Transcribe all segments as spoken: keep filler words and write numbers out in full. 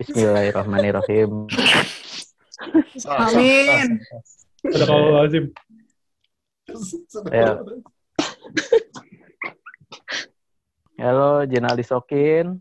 Bismillahirrahmanirrahim. Amin. Sudah kalau lazim. Ya. Halo, Jenal Disokin.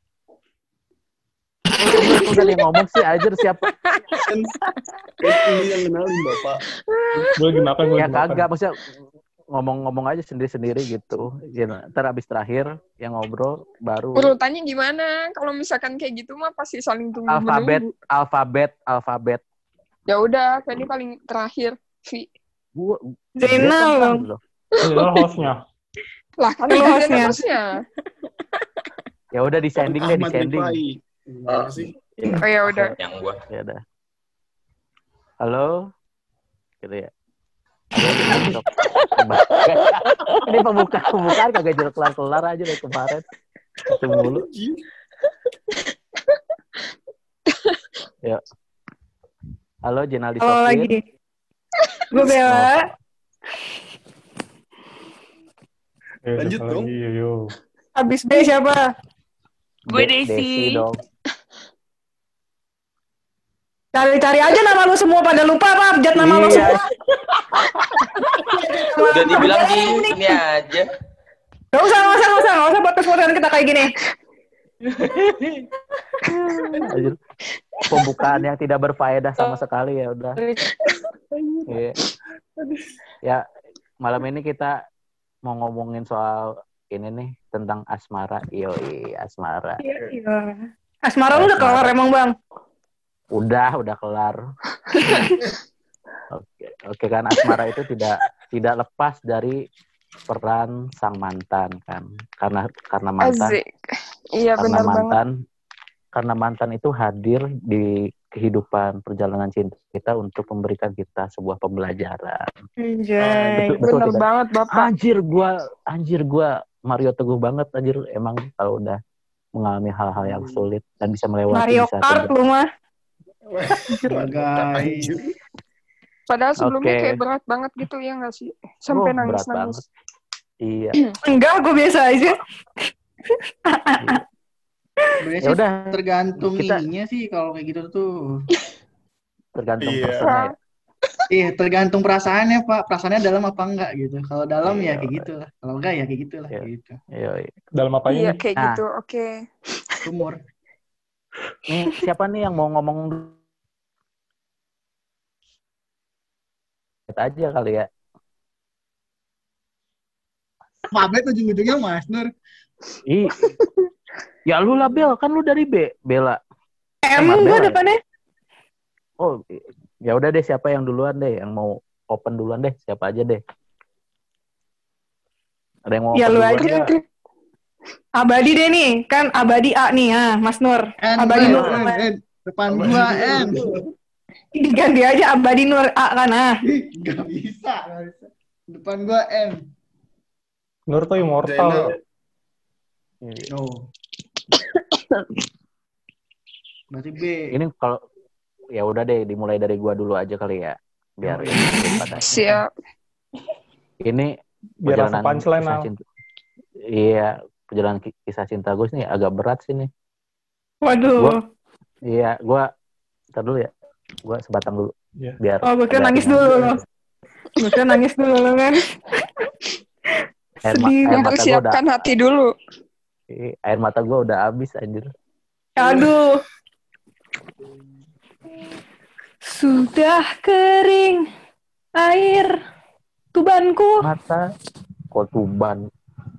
Udah yang ngomong sih aja siapa? Kan ini yang kenalin Bapak. Gue lagi makan, gue Ya lagi makan. kagak, maksudnya ngomong-ngomong aja sendiri-sendiri gitu. Ya, ntar abis terakhir yang ngobrol baru. Urutannya gimana? Kalau misalkan kayak gitu mah pasti saling tunggu Alfabet, menunggu. alfabet, alfabet. Ya udah, Fanny paling terakhir. Vi. Gua Zainal loh. Ini hostnya. Lah kan Lu itu hostnya. hostnya. Ya udah di sending deh, di Ahmad sending. Rifai. Gimana sih? Oh ya udah. Yang gua. Ya udah. Halo. Gitu ya. Halo, ini pembuka pembukaan kagak jelas kelar-kelar aja dari kemarin. Itu mulu. Ya. Halo, Jenal Disokin. Oh lagi. Gue Bella. Lanjut dong. Yo, yo. Habis B siapa? Gue De- Desi. dong. Cari-cari aja nama lu semua pada lupa apa? Abjad nama lu Iya. semua. Udah dibilang di ini aja. Gak usah, gak usah, gak usah, gak usah podcast-podcastan kita kayak gini. Anjir. Pembukaan yang tidak berfaedah sama sekali ya udah. Iya. Ya, malam ini kita mau ngomongin soal ini nih tentang asmara. Yoi, asmara. Iya. Asmara lu udah kelar emang bang? Udah, udah kelar. Oke, oke kan asmara itu tidak tidak lepas dari peran sang mantan kan. Karena karena mantan Azik. Iya karena benar banget. mantan karena mantan itu hadir di kehidupan perjalanan cinta kita untuk memberikan kita sebuah pembelajaran. Anjay. Betul, betul Benar tidak? banget Bapak. Anjir gua, anjir gua Mario Teguh banget anjir emang kalau udah mengalami hal-hal yang sulit dan bisa melewati Mario bisa Kart terjadi. lu mah. Guys. Padahal sebelumnya Oke. kayak berat banget gitu ya nggak sih? Sampai Oh, berat nangis-nangis. banget. Iya. Enggak, gue biasa aja. Sebenarnya Ya sih udah, tergantung kita- ininya sih kalau kayak gitu tuh. tergantung Iya. personnya. ya. Iya, tergantung perasaannya, Pak. Perasaannya dalam apa enggak gitu. Kalau dalam Iya. ya kayak gitu lah. Kalau enggak ya kayak gitu lah, Iya. kayak gitu. Yoi. Dalam apa ini? Iya kayak Nah. gitu. Oke. Umur. Nih, siapa nih yang mau ngomong kita aja kali ya. Alfabet ujung-ujungnya Mas Nur. Ih. Ya lu lah Bel, kan lu dari B, Bella. M Sama gue Bella ya? depannya. Oh, ya udah deh siapa yang duluan deh, yang mau open duluan deh, siapa aja deh. Ada yang mau Ya open lu duluan aja. nggak? Abadi deh nih, kan Abadi A nih ya, Mas Nur. N, Abadi N, Nur. N, N. Depan gua N. Diganti aja Abadi Nur A kan ah. Gak bisa, gak bisa. Depan gua N. Nur tuh immortal. No. Berarti B. Ini kalau ya udah deh dimulai dari gua dulu aja kali ya. Biar ini daripada- Siap. Ini Biar rasa punchline kisah now. cinta. Iya, perjalanan ki- kisah cinta gue nih agak berat sih nih. Waduh. Gua- Iya, gua ntar dulu ya. Gua sebatang dulu. Iya. Biar Oh, gue kira ada nangis ringan. dulu lo. Gue kira nangis dulu lo kan. Air, ma- Sedih. air mata gua udah Mempersiapkan hati dulu. air mata gua udah habis anjir. Aduh. Sudah kering air tubanku. Mata kotuban.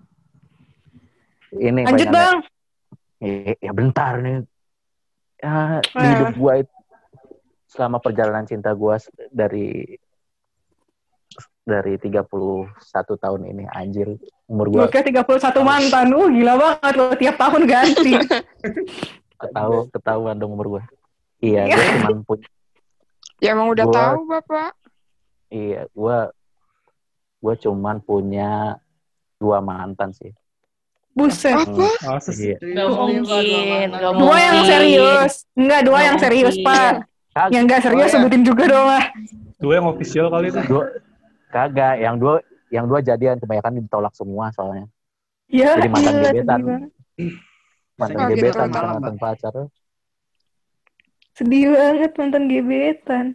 Ini Lanjut bayangan- bang. Ya, ya bentar nih. Ya, di Eh. hidup gua itu selama perjalanan cinta gua s- dari dari tiga puluh satu tahun ini anjir umur Gue gua kira tiga puluh satu mantan. Uh gila banget lo, tiap tahun ganti. ketahu ketahuan dong umur gua. Iya, gua cuman punya Ya emang udah Gua- tahu Bapak. iya, gua gua cuman punya dua mantan sih. Buset. Apa? Masa sih? Iya. Gak mungkin, gak Dua yang mungkin. serius. Enggak, dua Nggak yang serius, mungkin. Pak. Kag- Yang enggak serius Oh, ya. sebutin juga dong lah. Dua yang official kali itu. dua kagak, yang dua yang dua jadian kebanyakan ditolak semua soalnya. Iya, Jadi mantan iya, gebetan. sedih banget. Mantan Oh, gitu. gebetan bukan Malam, mantan pacar. Sedih banget mantan gebetan.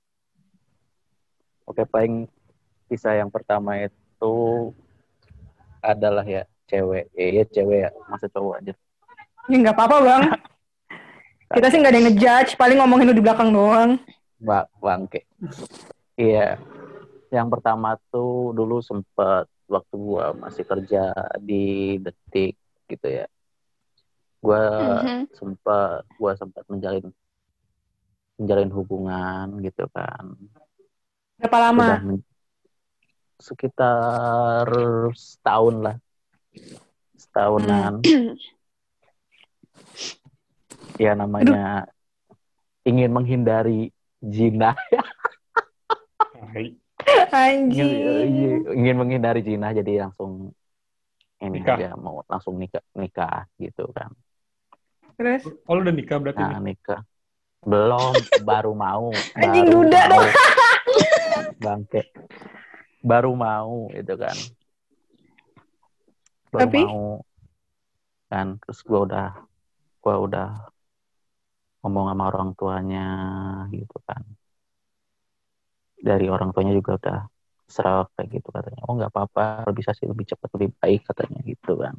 Oke, paling kisah yang pertama itu adalah ya cewek. Eh, ya cewek ya, masa cowok aja. Ya nggak apa-apa bang. Kita sih nggak ada yang ngejudge, paling ngomongin lu di belakang doang. Mbak Bangke. Iya. Yang pertama tuh dulu sempet waktu gua masih kerja di Detik gitu ya. Gua Mhm. sempet gua sempat menjalin menjalin hubungan gitu kan. Berapa lama? Sudah men- sekitar setahun lah. Setahunan. Ya namanya ingin menghindari zina. Hai. Anjing. ingin, ingin menghindari zina jadi langsung ini Nikah. aja mau langsung nikah nikah gitu kan. Terus? Oh, lu udah nikah berarti? Nah, nih? nikah. Belum, baru mau. Anjing baru duda mau. dong. Bangke. Baru mau itu kan. Baru Tapi? mau. Kan terus gua udah gua udah ngomong sama orang tuanya gitu kan. Dari orang tuanya juga udah serak kayak gitu katanya. Oh nggak apa-apa, bisa sih lebih cepat lebih baik katanya gitu kan.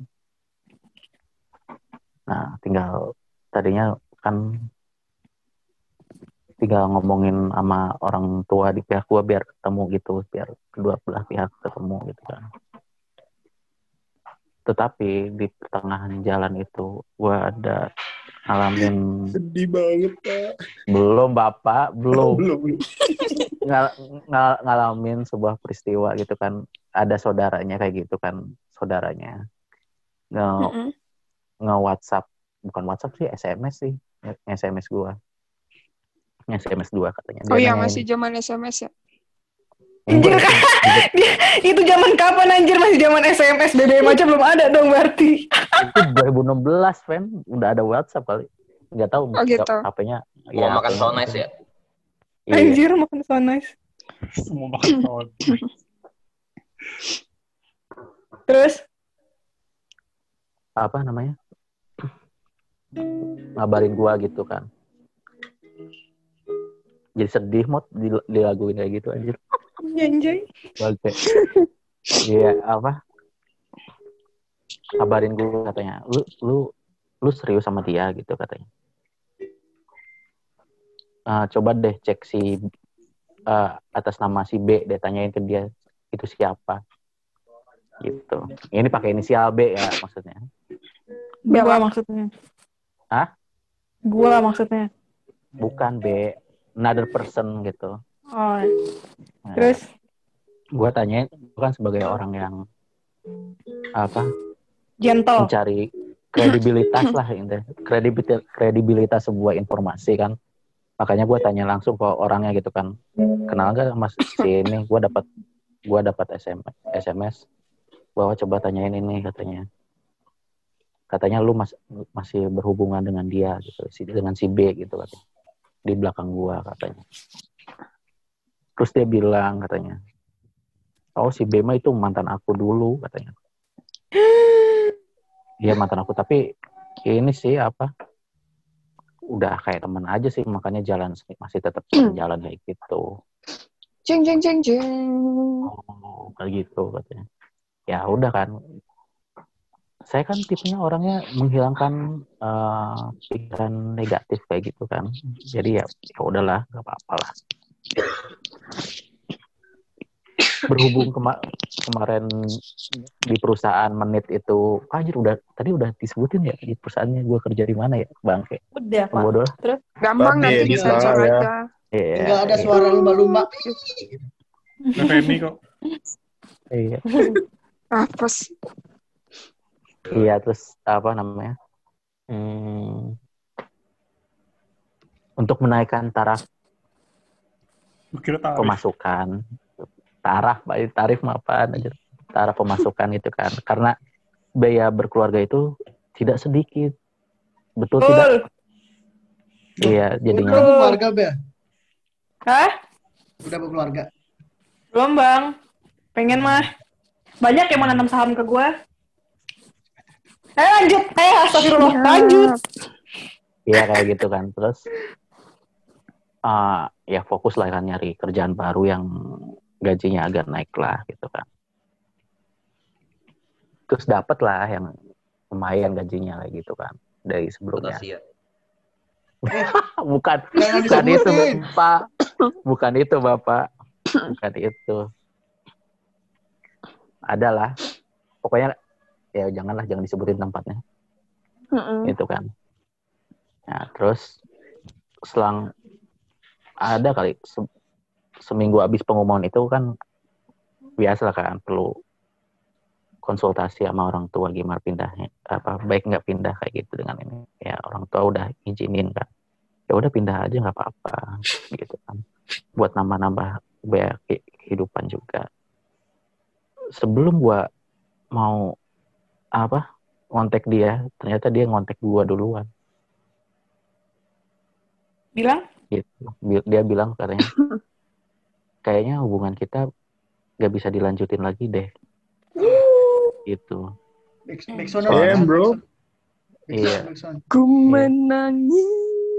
Nah tinggal tadinya kan tinggal ngomongin sama orang tua di pihak gua biar ketemu gitu, biar kedua belah pihak ketemu gitu kan. Tetapi di pertengahan jalan itu gua ada ngalamin Sedih banget, Pak. belum bapak belum Belum, belum. ngal, ngal, ngalamin sebuah peristiwa gitu kan, ada saudaranya kayak gitu kan, saudaranya nge Mhm. nge WhatsApp bukan WhatsApp sih S M S sih S M S gua S M S dua katanya. Dia Oh iya, nanyain, masih zaman S M S ya? Anjir, "Enggak, itu- Dia- itu zaman kapan anjir? Masih zaman S M S, B B M aja belum ada dong berarti. itu dua ribu enam belas Fen udah ada WhatsApp kali, nggak tahu Oh, gitu. H P-nya Mau makan so nice ya? Iya. Anjir, makan so nice. Semua makan tahun. Terus? Apa namanya, ngabarin gua gitu kan, jadi sedih mod dil- dilaguin kayak gitu anjir. Anjay. Oke. Iya apa? Kabarin gue katanya, lu lu lu serius sama dia gitu katanya. Uh, coba deh cek si uh, atas nama si B, deh tanyain ke dia itu siapa. Gitu. Ini pakai inisial B ya maksudnya. Gua maksudnya. Hah? Gua maksudnya. Bukan B, another person gitu. Oh. Nah, Terus? gue tanyain, gue kan sebagai orang yang apa? Gentle. Mencari kredibilitas lah intinya, kredibilitas kredibilitas sebuah informasi kan, makanya gue tanya langsung ke orangnya gitu kan, kenal nggak mas si ini, gue dapat gue dapat S M S bahwa coba tanyain ini katanya katanya lu mas, masih berhubungan dengan dia gitu, si dengan si B gitu katanya, di belakang gue katanya. Terus dia bilang katanya, oh si B mah itu mantan aku dulu katanya. Dia mantan aku, tapi ini sih apa, udah kayak teman aja sih, makanya jalan masih tetap jalan kayak gitu. Jeng jeng jeng jeng. Oh kayak gitu katanya. Ya udah kan, saya kan tipenya orangnya menghilangkan uh, pikiran negatif kayak gitu kan, jadi ya ya udahlah, nggak apa-apa lah. Berhubung kema- kemarin di perusahaan Menit itu, anjir udah tadi udah disebutin ya di perusahaannya gue kerja di mana ya, Bangke. Udah, Pak. Bodoh lah. Terus? Gampang Babe, nanti di disensor sana ya. aja. Iya. Enggak ada suara lumba-lumba. F M I kok. Iya. Apa sih? Iya, terus apa namanya? Hmm, untuk menaikkan taraf Kira tarif. pemasukan, taraf, Pak, tarif mah apaan aja, taraf pemasukan itu kan, karena biaya berkeluarga itu tidak sedikit, betul tidak? Betul. Iya, Udah jadinya berkeluarga, Be? Hah? Udah berkeluarga. Belum, Bang. Pengen mah. Banyak yang mau nanam saham ke gua. Eh, lanjut. Eh, astagfirullah. Lanjut. iya kayak gitu kan. Terus uh, ya fokus lah kan nyari kerjaan baru yang gajinya agak naik lah gitu kan. Terus dapat lah yang lumayan gajinya kayak gitu kan dari sebelumnya. Asia. bukan Jangan bukan itu disebutin. Bapak. Bukan itu Bapak. Bukan itu. Adalah. Pokoknya ya janganlah jangan disebutin tempatnya. Mm-mm. Itu kan. Nah, terus selang ada kali se- seminggu habis pengumuman itu kan biasa lah kan perlu konsultasi sama orang tua gimana pindahnya apa baik nggak pindah kayak gitu dengan ini ya orang tua udah izinin kan ya udah pindah aja nggak apa-apa gitu kan buat nambah-nambah biaya kehidupan juga. Sebelum gua mau apa ngontek dia ternyata dia ngontek gua duluan Bilang? gitu. Dia bilang katanya kayaknya hubungan kita nggak bisa dilanjutin lagi deh gitu. Back- backsound Soalnya- apa? bro. Backsound, Iya. backsound. Ku menangis.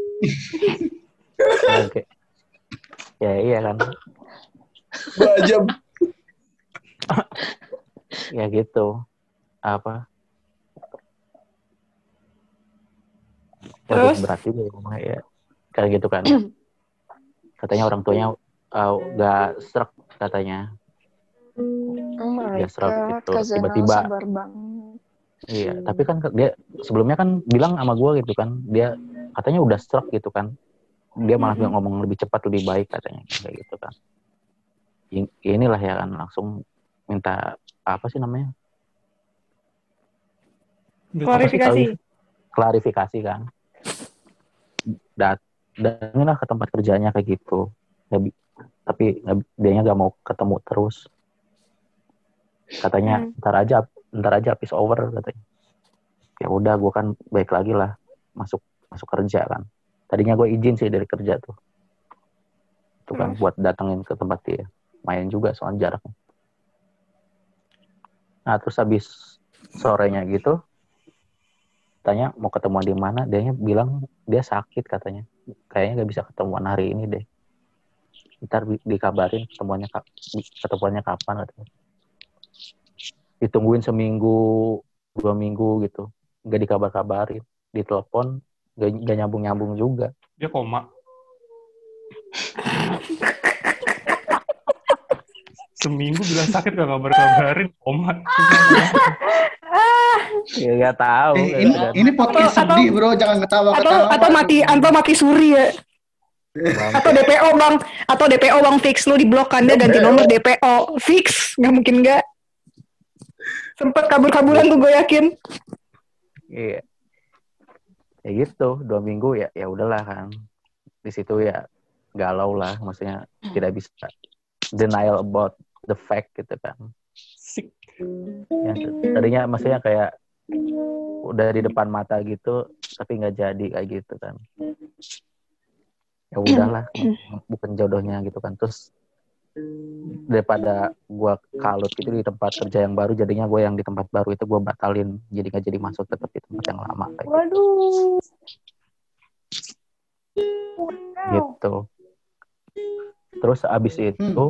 Oke. Ya iya kan. Dua jam. Ya gitu. Apa? Waduh, Terus? berat juga ya ngomongnya ya. Kayak gitu kan. Katanya orang tuanya uh, gak serak katanya. Oh my Dia serap god, gitu. Kak Zainal Tiba-tiba. sabar banget. Iya, tapi kan dia sebelumnya kan bilang sama gue gitu kan. Dia katanya udah serak gitu kan. Dia malah Mm-mm. ngomong lebih cepat lebih baik katanya kayak gitu kan. In- Inilah ya kan langsung minta apa sih namanya? Klarifikasi. Klarifikasi kan. Dat Datanginlah ke tempat kerjanya kayak gitu. Nggak bi- tapi nggak- dianya gak mau ketemu terus. Katanya Hmm. ntar aja ntar aja habis over katanya. Ya udah gue kan baik lagi lah masuk masuk kerja kan. Tadinya gue izin sih dari kerja tuh. Itu kan Terus? buat datengin ke tempat dia. Main juga soal jaraknya. Nah terus habis sorenya gitu tanya mau ketemu di mana, dianya bilang dia sakit katanya. Kayaknya nggak bisa ketemuan hari ini deh. Ntar di- dikabarin ketemuannya kap- ketemuannya kapan katanya. Ditungguin seminggu, dua minggu gitu, nggak dikabar-kabarin, ditelepon nggak nggak nyambung-nyambung juga. Dia koma. Seminggu bilang sakit gak kabar-kabarin, koma. Ya nggak tahu. Eh, nggak- ini nggak- ini podcast Atau- sedih bro, jangan Atau ketawa-ketawa. atau mati atau mati suri ya. Atau D P O bang, atau D P O bang fix lu di blok Anda ganti nomor D P O fix, nggak mungkin nggak. Sempet kabur-kaburan tuh gue yakin. Iya. Ya gitu, dua minggu ya ya udahlah kan. Di situ ya galau lah, maksudnya tidak bisa denial about the fact gitu kan. Sik. Ya, tadinya maksudnya kayak udah di depan mata gitu, tapi nggak jadi kayak gitu kan. Ya udahlah, bukan jodohnya gitu kan. Terus daripada gue kalut gitu di tempat kerja yang baru, jadinya gue yang di tempat baru itu gue batalin, jadi nggak jadi masuk tetap di tempat yang lama kayak gitu. Waduh. Gitu. Terus abis itu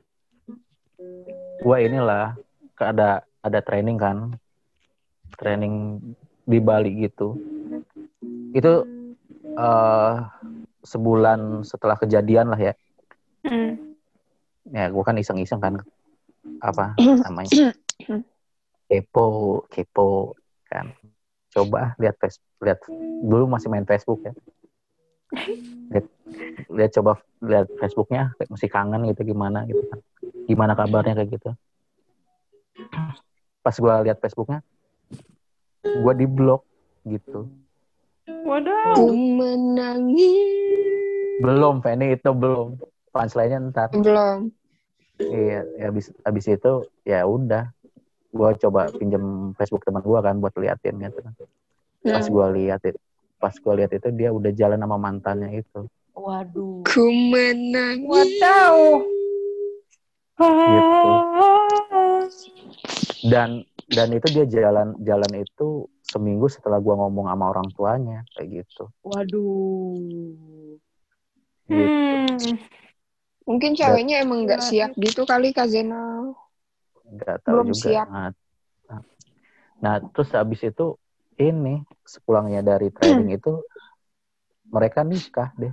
gue inilah ada ada training kan, training di Bali gitu. Itu uh, sebulan setelah kejadian lah ya. Hmm. Ya gue kan iseng-iseng kan apa namanya kepo kepo kan, coba lihat Facebook, lihat dulu masih main Facebook ya, lihat, lihat coba lihat Facebooknya masih kangen gitu gimana gitu kan, gimana kabarnya kayak gitu. Pas gue lihat Facebooknya gue di blok gitu. Waduh. Ku menangis. Belum Fanny, itu belum, punchline-nya ntar. Belum. Iya, ya habis habis itu ya udah, gue coba pinjem Facebook teman gue kan buat liatin gitu kan. Pas gue lihat itu, pas gue lihat itu dia udah jalan sama mantannya itu. Waduh. Ku menangis. Waduh. Gitu. Dan dan itu dia jalan jalan itu seminggu setelah gue ngomong sama orang tuanya kayak gitu. Waduh. Gitu. Mm-mm. Mungkin ceweknya emang nggak siap gitu kali Kak Zena. Nggak tahu Belum juga. siap. Nah, nah, terus habis itu ini sepulangnya dari trading itu mereka nikah deh.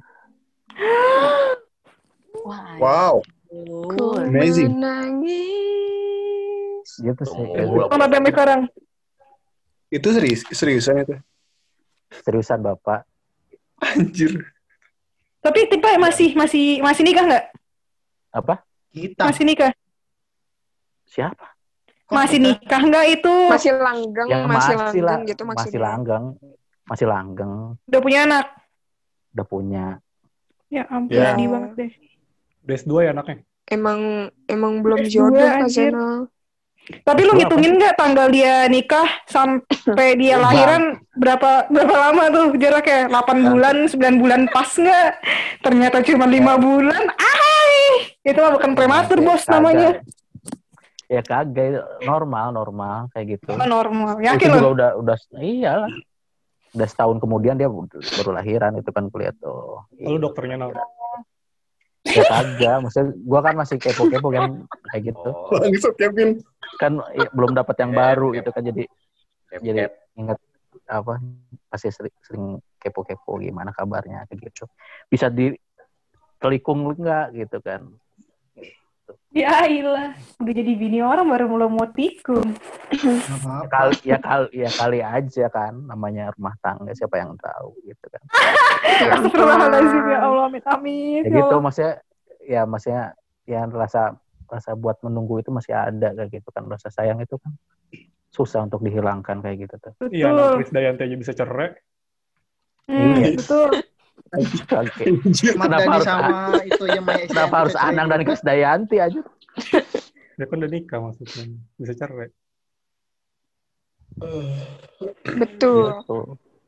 Wow, Ku amazing. menangis. Gitu sih. Tunggu, kayak gua- gitu. Kalau sampai sekarang. Itu serius, seriusan itu. Seriusan Bapak. Anjir. Tapi tipe masih masih masih nikah nggak? Apa? Kita. Masih nikah? Siapa? Kok Masih kita? nikah nggak itu? Masih langgeng, Ya masih masih langgeng lah, gitu masih maksudnya. langgeng, masih langgeng, Udah punya anak? udah punya. Ya ampun, Ya. sedih banget deh. Udah S dua ya anaknya? Emang emang belum S dua, jodoh Kak anjir. Zena. Tapi lu S dua ngitungin nggak tanggal dia nikah sampai dia Bang. lahiran berapa berapa lama tuh jaraknya? delapan bulan, sembilan bulan pas nggak? Ternyata cuma lima bulan. Ay! Itu mah bukan prematur, Kagak. bos namanya. Ya kagak, normal, normal kayak gitu. Oh, normal. Itu Yakin juga lo? udah udah iyalah. Udah setahun kemudian dia baru lahiran itu kan kuliah tuh. Lalu dokternya nau. Ya kagak, maksudnya gua kan masih kepo-kepo kan kayak gitu. Oh, Bangsat Kevin. Kan ya, belum dapat yang baru itu kan jadi cap, jadi cap. ingat apa pasti sering, sering kepo-kepo gimana kabarnya kayak gitu. Bisa di telikung enggak gitu kan. Ya ilah, udah jadi bini orang baru mulai mau tikung. Nggak Ya apa-apa. kali, ya kali ya kali aja kan namanya rumah tangga siapa yang tahu gitu kan. Astagfirullahaladzim, ya Allah, amin amin. Ya gitu maksudnya ya maksudnya ya rasa rasa buat menunggu itu masih ada kayak gitu kan, rasa sayang itu kan susah untuk dihilangkan kayak gitu tuh. Iya, Betul. anak Krisdayanti aja bisa cerai. Hmm, Iya. betul. Oke. Ahmad Kenapa Dhani harus- sama itu ya Maya Estianty Kenapa harus bisa cerai Anang dan juga. Krisdayanti aja? Dia kan udah nikah maksudnya. Bisa cerai. Betul. Gitu.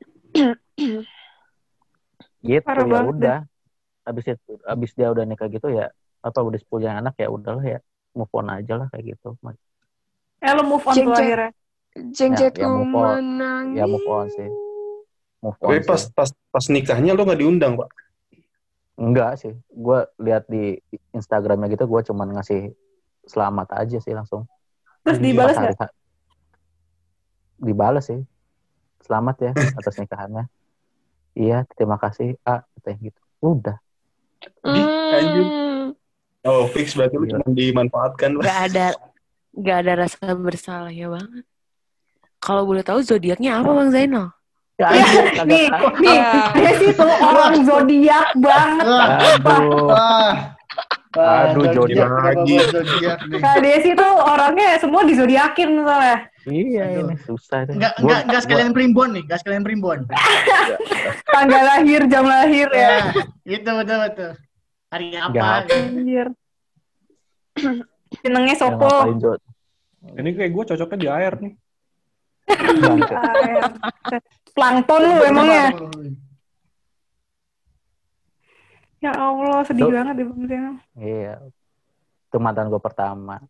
Gitu Parah ya banget udah. Habis itu habis dia udah nikah gitu ya apa udah punya anak ya udahlah ya move on aja lah kayak gitu. Eh, lo move on Cek, tuh cek. akhirnya. Jengjetku Ya, ya move on. menangis. Ya move on sih. Move on. Tapi pas sih. pas pas nikahnya lo nggak diundang, Pak. Enggak sih. Gue lihat di Instagramnya gitu gue cuman ngasih selamat aja sih langsung. Terus Anjing. dibalas Pas hari nggak? dibalas sih. Selamat ya atas nikahannya. Iya, terima kasih. Ah, katanya gitu. Udah. Anjir. Hmm. Oh, fix berarti lo Iya. cuma dimanfaatkan, Pak. Gak ada gak ada rasa bersalahnya banget. Kalau boleh tahu zodiaknya apa Bang Zainal? Ya, Ya, anjir, kagak nih, tahu. nih, Ya. dia sih tuh orang zodiak banget. Wah, Aduh. wah. Wah, Aduh, zodiak, zodiak kenapa lagi. buat zodiak nih? Nah, dia sih tuh orangnya semua dizodiakin soalnya. Iya, Aduh. ini susah deh. Enggak, Gua- enggak, enggak gua- sekalian primbon nih, enggak sekalian primbon. Tanggal lahir, jam lahir ya. Ya, itu betul betul. Hari apa? Enggak. Anjir. Senengnya yang sopo. ngapain Jod? Ini kayak gue cocoknya di air nih. Bangke. Plankton lu emangnya. Coba. Ya Allah, sedih Tuh. banget deh Bang Zainal. Iya. Itu mantan gue pertama.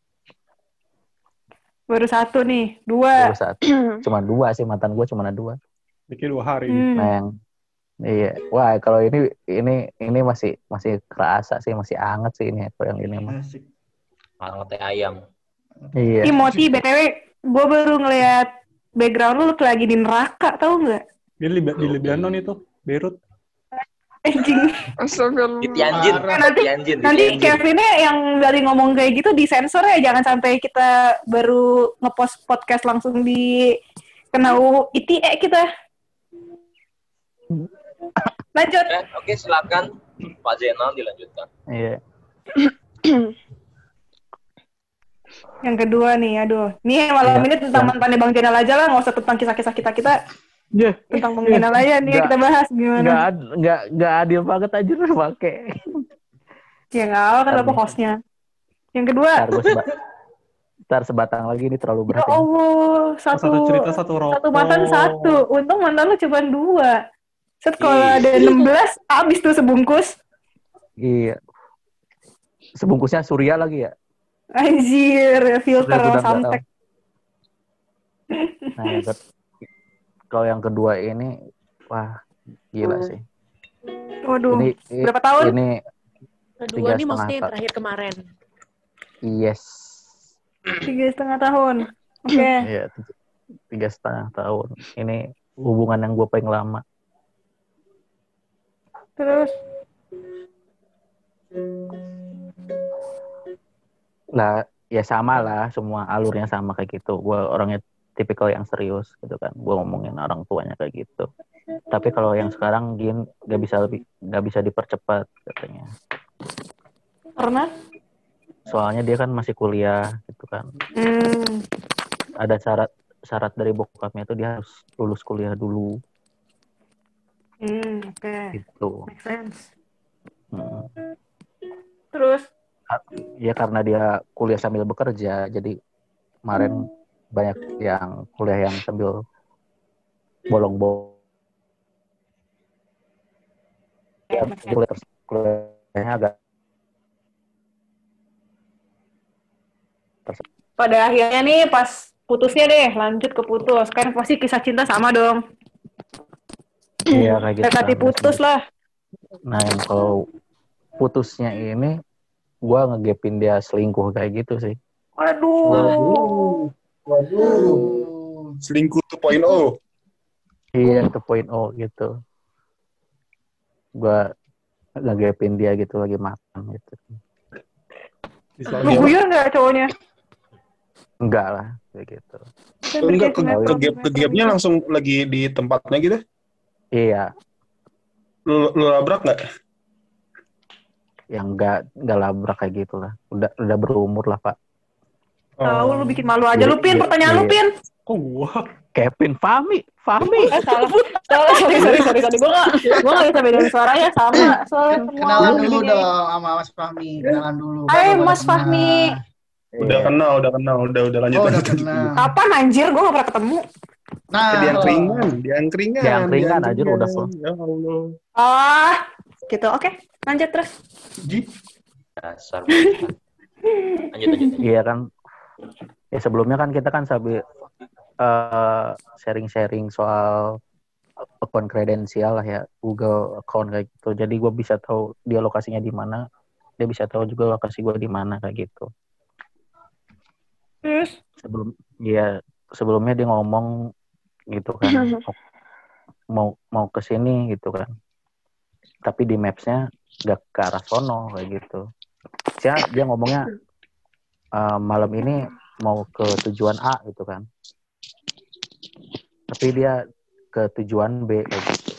Baru satu nih, dua. Baru satu. Cuma dua sih mantan gue cuma ada dua. Dikit dua hari. Hmm. Nah yang iya. Wah kalau ini ini ini masih masih kerasa sih masih anget sih ini kalau yang ini mah. Asik. Anget ayam. Iya. Timothy, B T W, gue baru ngeliat background lu, lu lagi di neraka, tau nggak? Dia li- di Lebanon itu, Beirut. Anjing. Astagfirullah. Di Tianjin. Nah, nanti- Tianjin. Di Nanti Tianjin. Kevinnya yang dari ngomong kayak gitu disensor ya, jangan sampai kita baru ngepost podcast langsung di kena U I T E kita. Lanjut. Eh, Oke, silakan Pak Zainal dilanjutkan. Iya. Yang kedua nih, aduh. Nih malam Iya, ini tentang yang- mantannya Bang Jenal aja lah, nggak usah tentang kisah-kisah kita-kita. Iya. Tentang Bang Jenal aja nih yang Nggak- kita bahas gimana. Nggak ad- nggak nggak adil banget aja lu pakai. Ya nggak apa kan apa hostnya. Yang kedua, Ntar gue seba- ntar sebatang lagi ini terlalu ya berat. ini. Allah, satu, Satu cerita, satu rokok. satu mantan satu. Untung mantan lu cuma dua. Set kalau Ih. ada enam belas, abis tuh sebungkus. Iya. Sebungkusnya Surya lagi ya. Anjir, filter Udah, udah, samtek. Nah, yang ke- kalau yang kedua ini, wah gila sih. Waduh, Ini i- berapa tahun? ini Kedua Tiga nih maksudnya yang setengah terakhir kemarin. Yes. Tiga setengah tahun. Oke. Iya, tiga, tiga setengah tahun. Ini hubungan yang gue paling lama. Terus Lah, ya sama lah, semua alurnya sama kayak gitu. Gue orangnya tipikal yang serius gitu kan. Gue ngomongin orang tuanya kayak gitu. Tapi kalau yang sekarang gini nggak bisa lebih nggak bisa dipercepat katanya. karena Soalnya dia kan masih kuliah gitu kan. hmm, Ada syarat syarat dari bokapnya itu dia harus lulus kuliah dulu hmm, oke. gitu. Make sense. Hmm. Terus Ya karena dia kuliah sambil bekerja, jadi kemarin banyak yang kuliah yang sambil bolong-bolong. Ya, kuliah terus kuliahnya agak pada akhirnya nih pas putusnya deh, lanjut ke putus. Kan pasti kisah cinta sama dong. iya kayak gitu. Dekati kan. putus lah. Nah, yang kalau putusnya ini gue ngegapin dia selingkuh kayak gitu sih. Waduh. Waduh. Waduh. Selingkuh dua titik nol. Iya, itu point O gitu. Gue ngegapin dia gitu lagi makan gitu. Lu guyon nggak cowoknya? Enggak lah, kayak gitu. Enggak, ke, ke, gap, ke gapnya langsung lagi di tempatnya gitu? Iya, Lu, lu labrak nggak? yang enggak enggak labrak kayak gitu lah. Udah udah berumur lah, Pak. Tahu lu bikin malu aja Iya, lu Pin, iya, pertanyaan iya. lu Pin. Kok gua? Kevin, Fahmi, Fahmi. Eh salah. Salah, sorry sorry sorry sorry. Gua enggak gua enggak bisa bedain suaranya sama. Soalnya semua Kenalan dulu begini. dong sama Mas Fahmi. Kenalan dulu. Hai baru Mas kenal. Fahmi. Udah kenal, udah kenal, udah udah lanjut Oh, udah lanjut. lanjut. kenal. Kapan anjir? Gua enggak pernah ketemu. Nah, Di angkringan, di angkringan. Di angkringan, di anjir, udah full. Ya Allah. Ah, gitu. Oke, lanjut terus. Ji. Dasar. Lanjut, lanjut. Iya kan. Ya sebelumnya kan kita kan sambil eh, sharing-sharing soal akun kredensial lah ya, Google account kayak gitu. Jadi gue bisa tahu dia lokasinya di mana, dia bisa tahu juga lokasi gue di mana kayak gitu. Terus Sebelum ya sebelumnya dia ngomong gitu kan, mau mau ke sini gitu kan. Tapi di maps-nya gak ke arah sono kayak gitu. Dia dia ngomongnya eh, malam ini mau ke tujuan A gitu kan. Tapi dia ke tujuan B kayak gitu.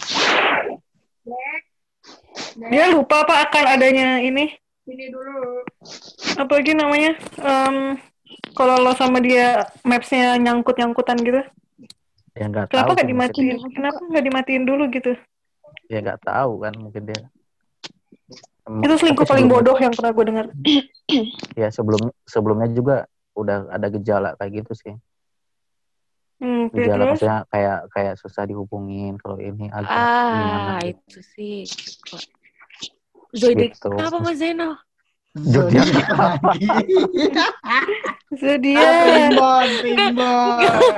dia lupa apa akan adanya ini. Ini dulu. Apa lagi namanya? Em, kalau lo sama dia maps-nya nyangkut-nyangkutan gitu. Ya nggak tahu. Kenapa nggak tuh dimatiin? mungkin- Kenapa nggak dimatiin dulu gitu? Ya nggak tahu kan mungkin dia. Em, Itu selingkuh tapi paling sebelumnya- bodoh yang pernah gue dengar. Ya sebelum sebelumnya juga udah ada gejala kayak gitu sih. Hmm, oke, Gejala terus maksudnya kayak kayak susah dihubungin kalau ini agak gimana Ah, gitu. itu sih. Zodiac Gitu. apa Mas Zainal? Zodiac apa? Zodiac. Primbon, primbon.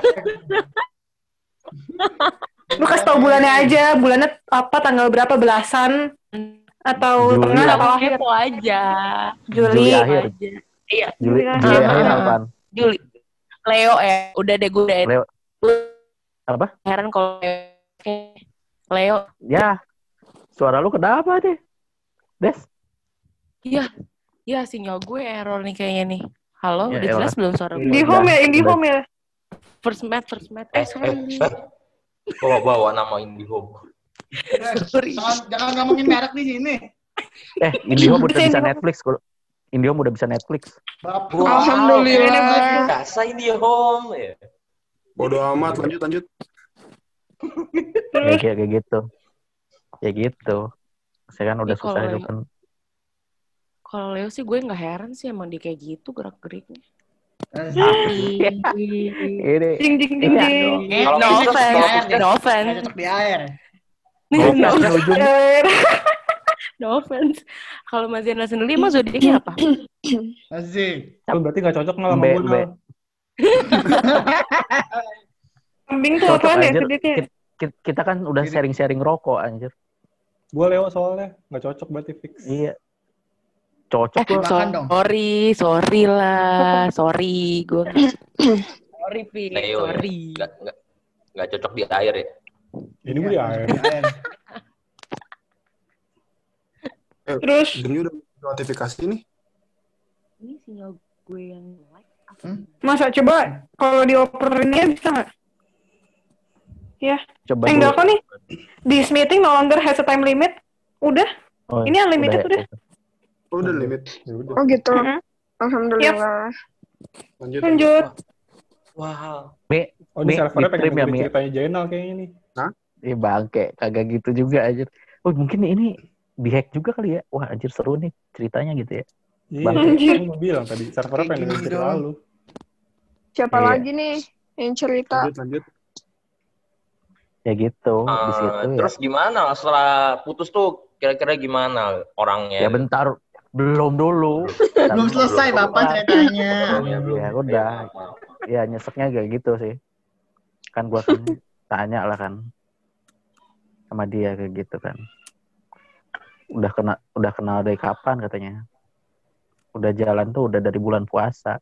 Lu kasih tau bulannya aja. Bulannya apa? Tanggal berapa? Belasan? Atau Juli tengah lah. atau akhir? Kepo aja. Juli. Juli akhir. Aja. Iya, Juli Juli Juli akhir. akhir Ah. apaan? Juli. Leo ya. Udah deh gue udah Leo. Apa? heran kalau Leo. Leo. Ya. Suara lu kenapa deh? Des? Iya. Iya, sinyal gue error nih kayaknya nih. Halo, Ya, udah elah. jelas belum suara gue? Indihome ya, Indihome ya. First Mate, First Mate. Eh, Eh, sorry. eh, eh. Bawa bawa nama IndiHome. Sorry. Jangan, jangan ngomongin merek di sini. Eh, IndiHome udah Bisa bisa Indihome. Netflix. Kalau IndiHome udah bisa Netflix. Bapak. Alhamdulillah. Biasa IndiHome ya. Bodoh amat, lanjut lanjut. Ya, kayak kayak gitu. Ya gitu. Saya kan udah Ih, susah kalau itu yang- kan. Kalau Leo sih gue nggak heran sih emang dia kayak gitu gerak-geriknya. Ini Ding, ding, ding, Iya ding. Eh, Kalau no Fisher, offense, kalau no Fisher- Kayak offense, cocok di air. no, Goplas di ujung. Eh, no offense. Kalau Mas Zainal sendiri emang zodiaknya apa? Asik. Lu berarti gak cocok nggak sama B, gue, B. Nal? Kambing tuh Cocok apaan ya? anjir. Sedikit. Kit- kit- Kita kan udah sharing-sharing rokok anjir. Gue Leo soalnya. Gak cocok berarti fix. Iya. Cocok Eh, gua. Makan dong. sorry, sorry lah, sorry, gue sorry, Pi, Leo ya. sorry. Nggak, nggak, nggak cocok di air ya. Ini gue di air. Di air. Eh, Terus Gini udah notifikasi nih. Ini sinyal gue yang like. apa Hmm? gimana? masa coba kalau dioperin bisa nggak? Ya, Coba eh dulu. enggak kok nih. This meeting no longer has a time limit. Udah, Oh, ini unlimited udah. Oh, udah limit. Ya udah. Oh gitu. Mm-mm. Alhamdulillah. Lanjut. Lanjut. Wow. Mi, Oh, ini Mi, servernya Mi pengen Prim ya, dengerin Mi. ceritanya Jainal kayaknya nih. Ih bangke, kagak gitu juga anjir. Oh mungkin ini dihack juga kali ya. Wah anjir seru nih ceritanya gitu ya. Iya, Bang. Anjir. kan gue bilang tadi, servernya Kayak pengen dengerin gini cerita dong. lu. Siapa Iya. lagi nih yang cerita? Lanjut, lanjut. Ya gitu, di Eh, situ ya. terus gimana setelah putus tuh kira-kira gimana orangnya? Ya bentar, belum dulu. Bentar Belum dulu. selesai belum. Bapak ceritanya. Orangnya belum. Ya udah. Ya nyeseknya kayak gitu sih. Kan gua kan tanya lah kan sama dia kayak gitu kan. Udah kena udah kenal dari kapan katanya. Udah jalan tuh udah dari bulan puasa.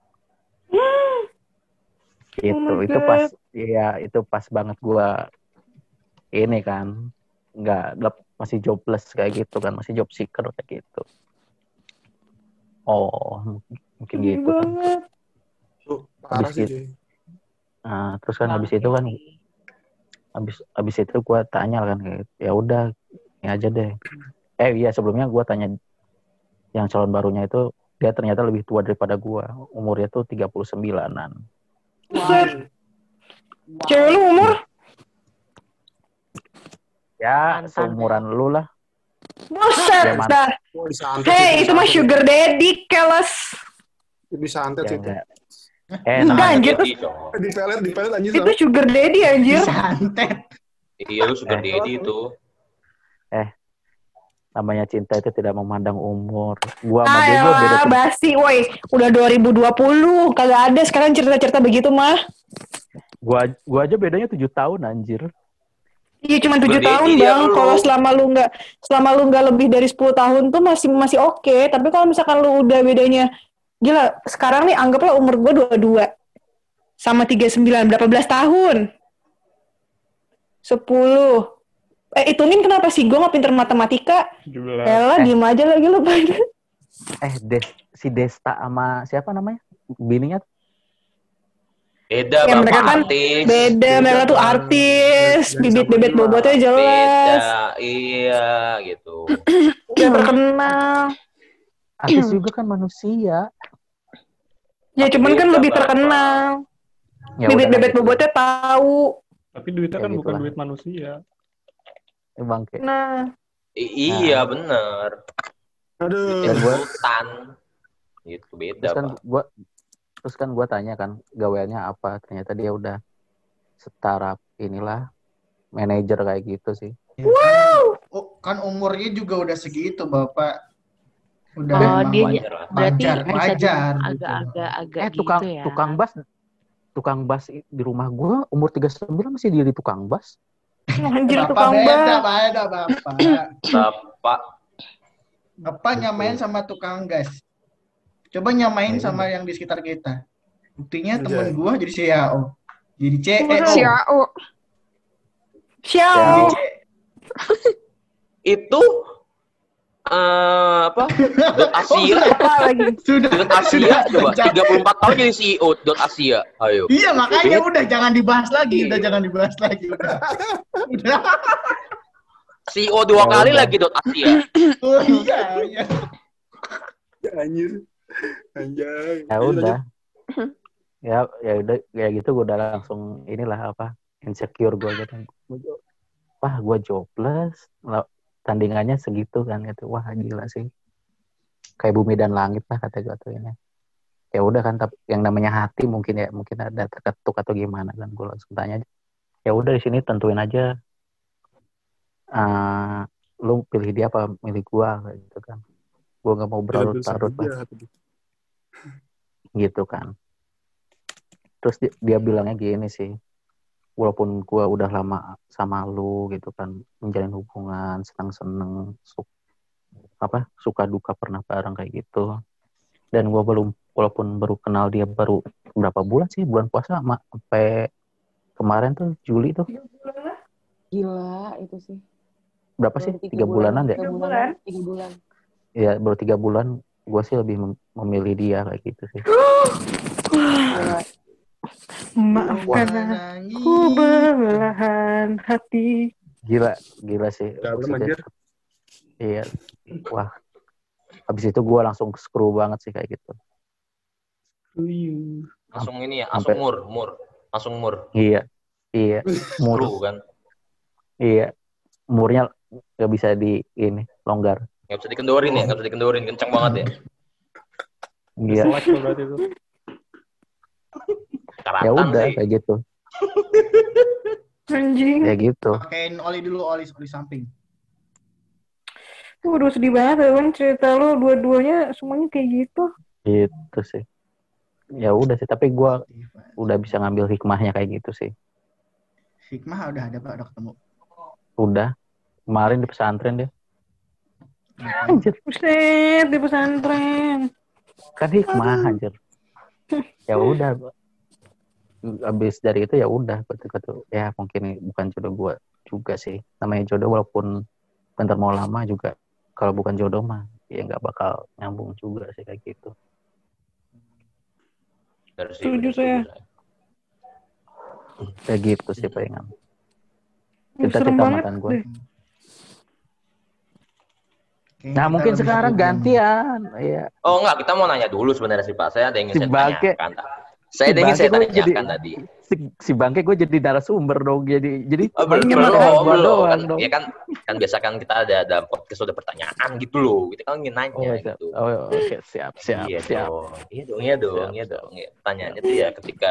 Gitu, Oh my itu God. pas iya itu pas banget gua ini kan nggak lep- masih jobless kayak gitu kan, masih job seeker kayak gitu. Oh, mungkin Sedih gitu kan. banget. Tuh, parah Habis sih. gitu. Jay. Nah, terus kan habis itu kan habis habis itu gua tanya kan kayak ya udah ini aja deh. Eh iya sebelumnya gua tanya yang calon barunya itu dia ternyata lebih tua daripada gua. Umurnya tuh tiga puluh sembilanan. Buset. Cewek lu umur? Ya, Mantan, seumuran lu lah. Buset. Ya, man- Dah. Oh, disantet Hei, sih, itu mah disantet. sugar daddy, keles. Disantet Ya, sih itu. enggak. Eh, Enggak, namanya anjir. Daddy dong. Di pelet, di pelet anjir. Itu sugar daddy anjir. Disantet. Iya lu sugar Eh. daddy itu. namanya cinta itu tidak memandang umur. Gua sama dia gua beda Ayolah, tuh. basi, woi. Udah dua ribu dua puluh. Kagak ada sekarang cerita-cerita begitu mah. Gua gua aja bedanya tujuh tahun anjir. Iya cuma tujuh Sugar tahun daddy dia bang. lu. Kalau selama lu nggak selama lu nggak lebih dari sepuluh tahun tuh masih masih oke. Tapi kalau misalkan lu udah bedanya gila. Sekarang nih anggaplah umur gue dua puluh dua sama tiga puluh sembilan, berapa belas tahun? sepuluh. Eh hitungin kenapa sih gue nggak pinter matematika? tujuh belas. Elah Eh. diem aja lagi lu pada. Eh Des, si Desta sama siapa namanya? Bininya Beda Ya, mereka bapak kan artis. Beda, mereka tuh Bang. artis, Dan bibit-bibit sama bobotnya Beda, jelas. iya gitu. Udah terkenal. artis juga kan manusia. Ya cuman kan Beda, lebih Bapak. terkenal. Ya Bibit-bibit udahlah gitu. bobotnya tahu. Tapi duitnya Ya kan bukan gitulah. duit manusia. Eh, Bangke. Nah, I- iya bener. Aduh. Dan gua Sultan. Gitu beda terus kan pak. gua terus kan gua tanya kan gaweannya apa? Ternyata dia udah setara inilah manajer kayak gitu sih. Oh, kan umurnya juga udah segitu, Bapak. Udah Oh, emang dia Wajar lah. berarti wajar, bisa wajar, dibilang gitu. agak-agak agak Eh tukang gitu ya. tukang bas tukang bas di rumah gua umur tiga puluh sembilan masih jadi tukang bas. anjir Bapak tukang beda, bas. beda, Bapak. Bapak Bapak nyamain sama tukang gas. Coba nyamain Ya, sama yang di sekitar kita. Buktinya Anjay. temen gua jadi C A O. Jadi C E O. Si A O. Xiao. Ya. Jadi C- itu eh apa? Dot Asia. Apa lagi? Sudah, Dot Asia sudah. coba jangan- tiga puluh empat tahun jadi C E O Dot Asia. Ayo. Iya, makanya udah jangan dibahas lagi, udah Iya. jangan dibahas lagi, udah. Udah. C E O dua Ya kali udah. lagi Dot Asia. Oh iya, iya. Anjir. Anjay. Ya Lanjut, udah. Ya ya udah ya gitu gua udah langsung inilah apa? Insecure gua gitu. Wah, gua jobless. Lah, tandingannya segitu kan gitu. Wah, gila sih. Kayak bumi dan langit lah kata gua tuh ini. Ya udah kan tapi yang namanya hati mungkin ya mungkin ada terketuk atau gimana kan gua langsung tanya aja. Ya udah di sini tentuin aja eh lu pilih dia apa milih gua kayak gitu kan. Gua nggak mau berlarut-larut lah gitu kan. Terus dia, dia bilangnya gini sih, walaupun gua udah lama sama lu gitu kan, menjalin hubungan, senang-senang, su- apa suka duka pernah bareng kayak gitu. Dan gue belum, walaupun baru kenal dia baru berapa bulan sih, bulan puasa sama sampai kemarin tuh Juli tuh Gila itu sih. berapa Baru sih tiga tiga bulan, bulanan deh. Tiga bulan. Tiga bulan. Ya baru tiga bulan, gue sih lebih mem- memilih dia kayak gitu sih. Gila. Maafkan aku belahan hati. Gila, gila sih. Dalam Maksudnya, anjir. iya, wah. Habis itu gue langsung screw banget sih kayak gitu. Langsung ini ya, langsung Sampai- mur, mur. Langsung mur. Iya, iya, mur, Screw kan. iya, murnya nggak bisa di ini longgar. Nggak bisa dikendorin ya, nggak bisa dikendorin. Kencang banget ya. Iya, Selek tuh berarti tuh. Karatan ya udah sih. kayak gitu, Anjing. ya gitu. Pakein oli dulu, oli oli samping. Tuh udah sedih banget ya kan cerita lo dua-duanya semuanya kayak gitu. Gitu sih. Ya udah sih, tapi gue udah bisa ngambil hikmahnya kayak gitu sih. Hikmah udah ada Pak, udah ketemu. Udah kemarin di pesantren deh. Anjir, Buset di pesantren. kan hikmah anjir. Ya udah, abis dari itu ya udah betul-betul ya mungkin bukan jodoh gue juga sih. Namanya jodoh walaupun bentar mau lama juga, kalau bukan jodoh mah ya nggak bakal nyambung juga sih kayak gitu. Bener sih, Setuju bener, saya. setuju. Kayak gitu sih palingan. Serem Cerita-cerita banget mantan gue. deh. Kayaknya Nah kita mungkin lebih sekarang satu jam. gantian. Iya. Oh enggak, kita mau nanya dulu sebenarnya sih Pak. Saya ada yang ingin Si saya Bangke. tanyakan. Saya Si ada yang ingin saya Bangke gua tanyakan jadi- tadi. Si, si bangke gue jadi narasumber dong. Jadi jadi Oh, belum, mainnya belum, malah gua belum. doang Kan, dong. ya kan, kan biasa kan kita ada dalam podcast ada pertanyaan gitu loh. Kita kan ingin nanya Oh, siap. gitu. Oh, oke, siap, siap, iya siap. dong, iya dong, iya dong, Siap, iya siap. dong. Ya. Pertanyaannya tuh ya ketika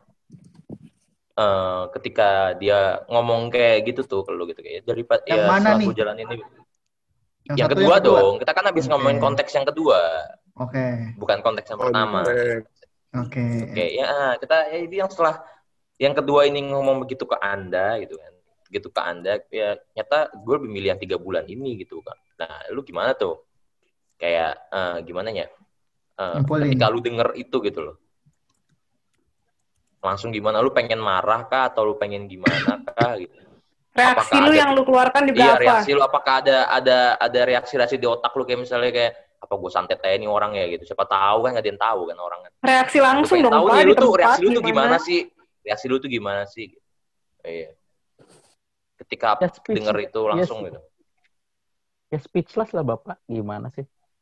eh ketika dia ngomong kayak gitu tuh kalau gitu kayak dari Yang ya mana setelah nih? gua jalan ini Yang yang satu, kedua, yang kedua? dong. Kita kan habis Oke. ngomongin konteks yang kedua, Oke. bukan konteks yang Oh, pertama. korek. Oke. Oke, ya kita ya ini yang setelah yang kedua ini ngomong begitu ke Anda gitu kan. Begitu ke Anda ya nyata gue lebih milih yang tiga bulan ini gitu kan. Nah, lu gimana tuh? Kayak eh, gimana ya? Eh, Nyimpulin. ketika lu denger itu gitu loh. Langsung gimana? Lu pengen marah kah atau lu pengen gimana kah gitu? Reaksi Apakah lu ada- yang lu keluarkan juga Iya, apa? reaksi lu apakah ada ada ada reaksi-reaksi di otak lu kayak misalnya kayak apa gue santet aja nih orang ya gitu. Siapa tahu kan nggak ada yang tahu kan orang kan. Reaksi Gue langsung pengen dong tahu Pak nih di lu tuh tempat reaksi lu tuh gimana sih? Reaksi lu tuh gimana sih? Iya. Ketika Ya, speech- denger itu langsung yes. gitu. Ya speechless lah Bapak. Gimana sih?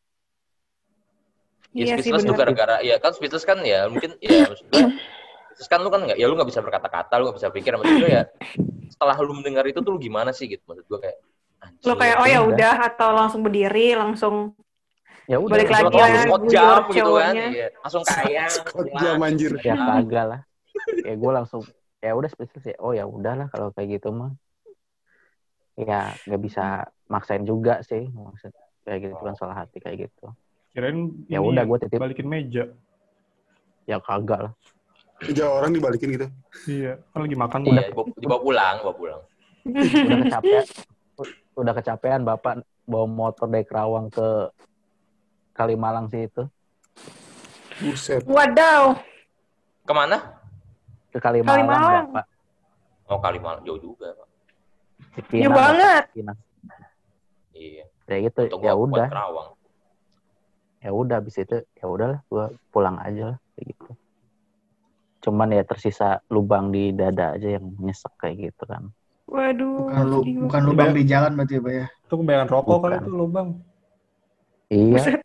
Ya Iya sih speechless tuh benar. gara-gara ya kan speechless kan ya mungkin ya maksud gue speechless kan lu kan nggak ya lu nggak bisa berkata-kata, lu nggak bisa pikir maksud gue ya setelah lu mendengar itu tuh lu gimana sih gitu maksud gue kayak anjir. Lo kayak oh ya udah. udah atau langsung berdiri langsung Ya udah. Balik udah. lagi Atau ya, langsung squat guyur jam gitu kan cowoknya. iya. Langsung kayak Squat jam anjir. Ya kagak lah. Ya gue langsung ya udah speechless ya. Oh ya udahlah kalau kayak gitu mah. Ya nggak bisa maksain juga sih maksud kayak gitu kan soal hati kayak gitu. Kirain Ya ini udah, gua titip. balikin meja. Ya kagak lah. Meja orang dibalikin gitu. Iya, kan lagi makan. iya, dibawa, dibawa pulang, dibawa pulang. Udah kecapean. Udah kecapean Bapak bawa motor dari Kerawang ke Kalimalang sih itu. Buset. Wadaw. Kemana? Ke Kalimalang, Kalimalang. Bapak. Oh Kalimalang jauh juga. Pak. Cipinang, Jauh banget. Bapak, Cipinang. Iya. Ya gitu. Untuk Ya gua buat udah. Kerawang. Ya udah habis itu ya udahlah gua pulang aja lah kayak gitu. Cuman ya tersisa lubang di dada aja yang nyesek kayak gitu kan. Waduh. Bukan lu, sedih bukan banget. lubang di jalan berarti ya, Pak ya. Itu kebanyakan rokok kali Bukan. itu lubang. Iya. Buset.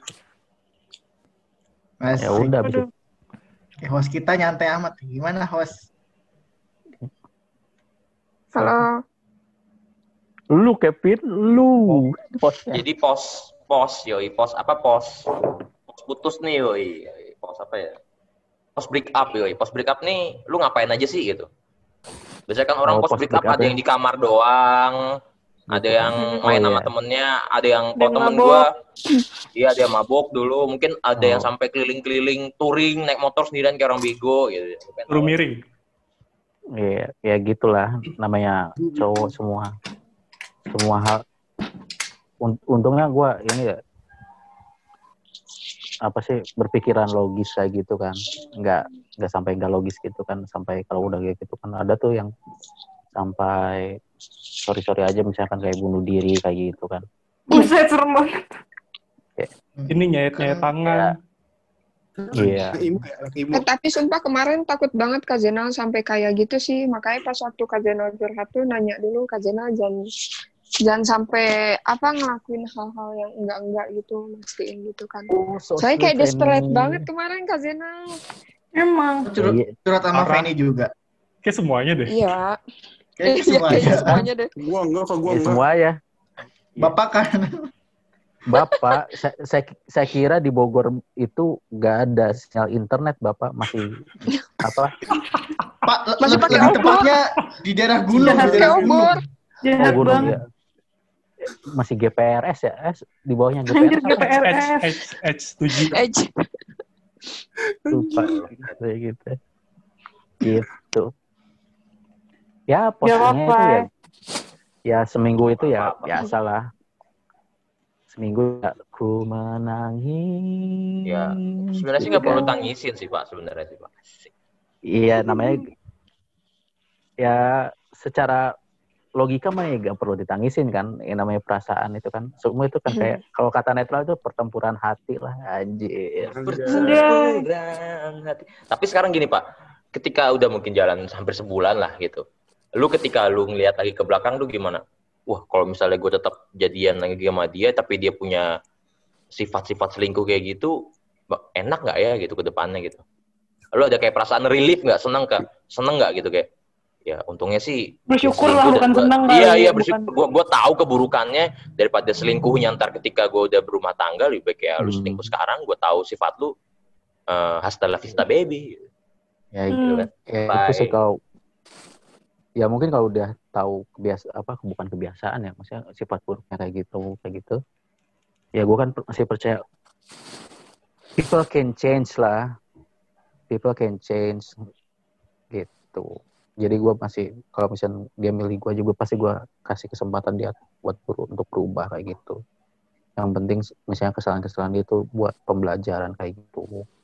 Mas, Ya udah habis Waduh. itu. eh, host kita nyantai amat. Gimana host? Halo. Lu Kevin, lu. Hostnya. Jadi pos pos yoi pos apa pos pos putus nih yoi Yoi, pos apa ya pos break up yoi pos break up nih lu ngapain aja sih gitu biasanya kan orang Oh, pos pos break up break up ada ya. yang di kamar doang ada yang Oh, main iya. sama temennya ada yang Ada kalau yang temen mabok. gua iya ada yang mabok dulu mungkin ada yang Oh. sampai keliling-keliling touring naik motor sendirian kayak orang bego gitu Lu pengen Lu tahu? miring. Iya, ya gitulah namanya cowok semua. Semua hal untungnya gue ini ya apa sih berpikiran logis kayak gitu kan, nggak nggak sampai nggak logis gitu kan, sampai kalau udah kayak gitu kan ada tuh yang sampai sorry sorry aja misalkan kayak bunuh diri kayak gitu kan. Buset, serem banget. Ini nyayat-nyayat tangan. Iya. Eh, tapi sumpah kemarin takut banget Kak Zenal sampai kayak gitu sih. Makanya pas waktu Kak Zenal curhat tuh nanya dulu Kak Zenal jangan jangan sampai apa ngelakuin hal-hal yang enggak-enggak gitu, mastiin gitu kan. Oh, so Saya kayak sweet, desperate Fanny. banget kemarin Kak Zenal. Emang. Curhat, Iya. curhat sama Parah. Fanny juga. Kayak semuanya deh. Iya. Kayaknya Iya, semua kayaknya aja. semuanya deh. Gua enggak, kok gua Ya, enggak. semua ya. Bapak kan. Bapak, saya, saya, saya kira di Bogor itu nggak ada sinyal internet, Bapak masih apa? Pak, Masih lebih, pakai lebih obor. tepatnya di daerah gunung. Jahat di Pakai daerah gunung. obor. Jahat gunung banget. ya. Masih G P R S ya? Eh, di bawahnya G P R S Anjir, apa? G P R S. H, H, H tujuh. Edge. Lupa kayak gitu. Gitu. Ya Gak postingnya apa-apa. itu ya. Ya seminggu itu ya biasalah. Seminggu ya, ku menangis. Ya, sebenarnya sih nggak perlu tangisin sih Pak, sebenarnya sih Pak. Iya namanya ya secara logika mah ya gak perlu ditangisin kan, yang namanya perasaan itu kan semua itu kan kayak kalau kata netral itu pertempuran hati lah anjir. Pertempuran hati. Tapi sekarang gini Pak, ketika udah mungkin jalan hampir sebulan lah gitu, lu ketika lu ngeliat lagi ke belakang lu gimana? Wah kalau misalnya gue tetap jadian lagi sama dia tapi dia punya sifat-sifat selingkuh kayak gitu, enak nggak ya gitu ke depannya gitu? Lu ada kayak perasaan relief nggak, seneng kah? Seneng nggak gitu kayak? Ya untungnya sih Bersyukur ya, lah, selingkuh bukan dan- senang Iya kali, iya bukan. bersyukur. Gua gua tahu keburukannya daripada selingkuhnya ntar ketika gua udah berumah tangga lebih baik ya lu Hmm. selingkuh sekarang. Gua tahu sifat lu eh, hasta la vista baby. Ya Gitu Hmm. kan. ya Bye. itu sih kalau ya mungkin kalau udah tahu kebiasa apa bukan kebiasaan ya maksudnya sifat buruknya kayak gitu kayak gitu ya gue kan masih percaya people can change lah, people can change gitu. Jadi gue masih kalau misalnya dia milih gue juga pasti gue kasih kesempatan dia buat ber- untuk berubah kayak gitu. Yang penting misalnya kesalahan-kesalahan dia itu buat pembelajaran kayak gitu.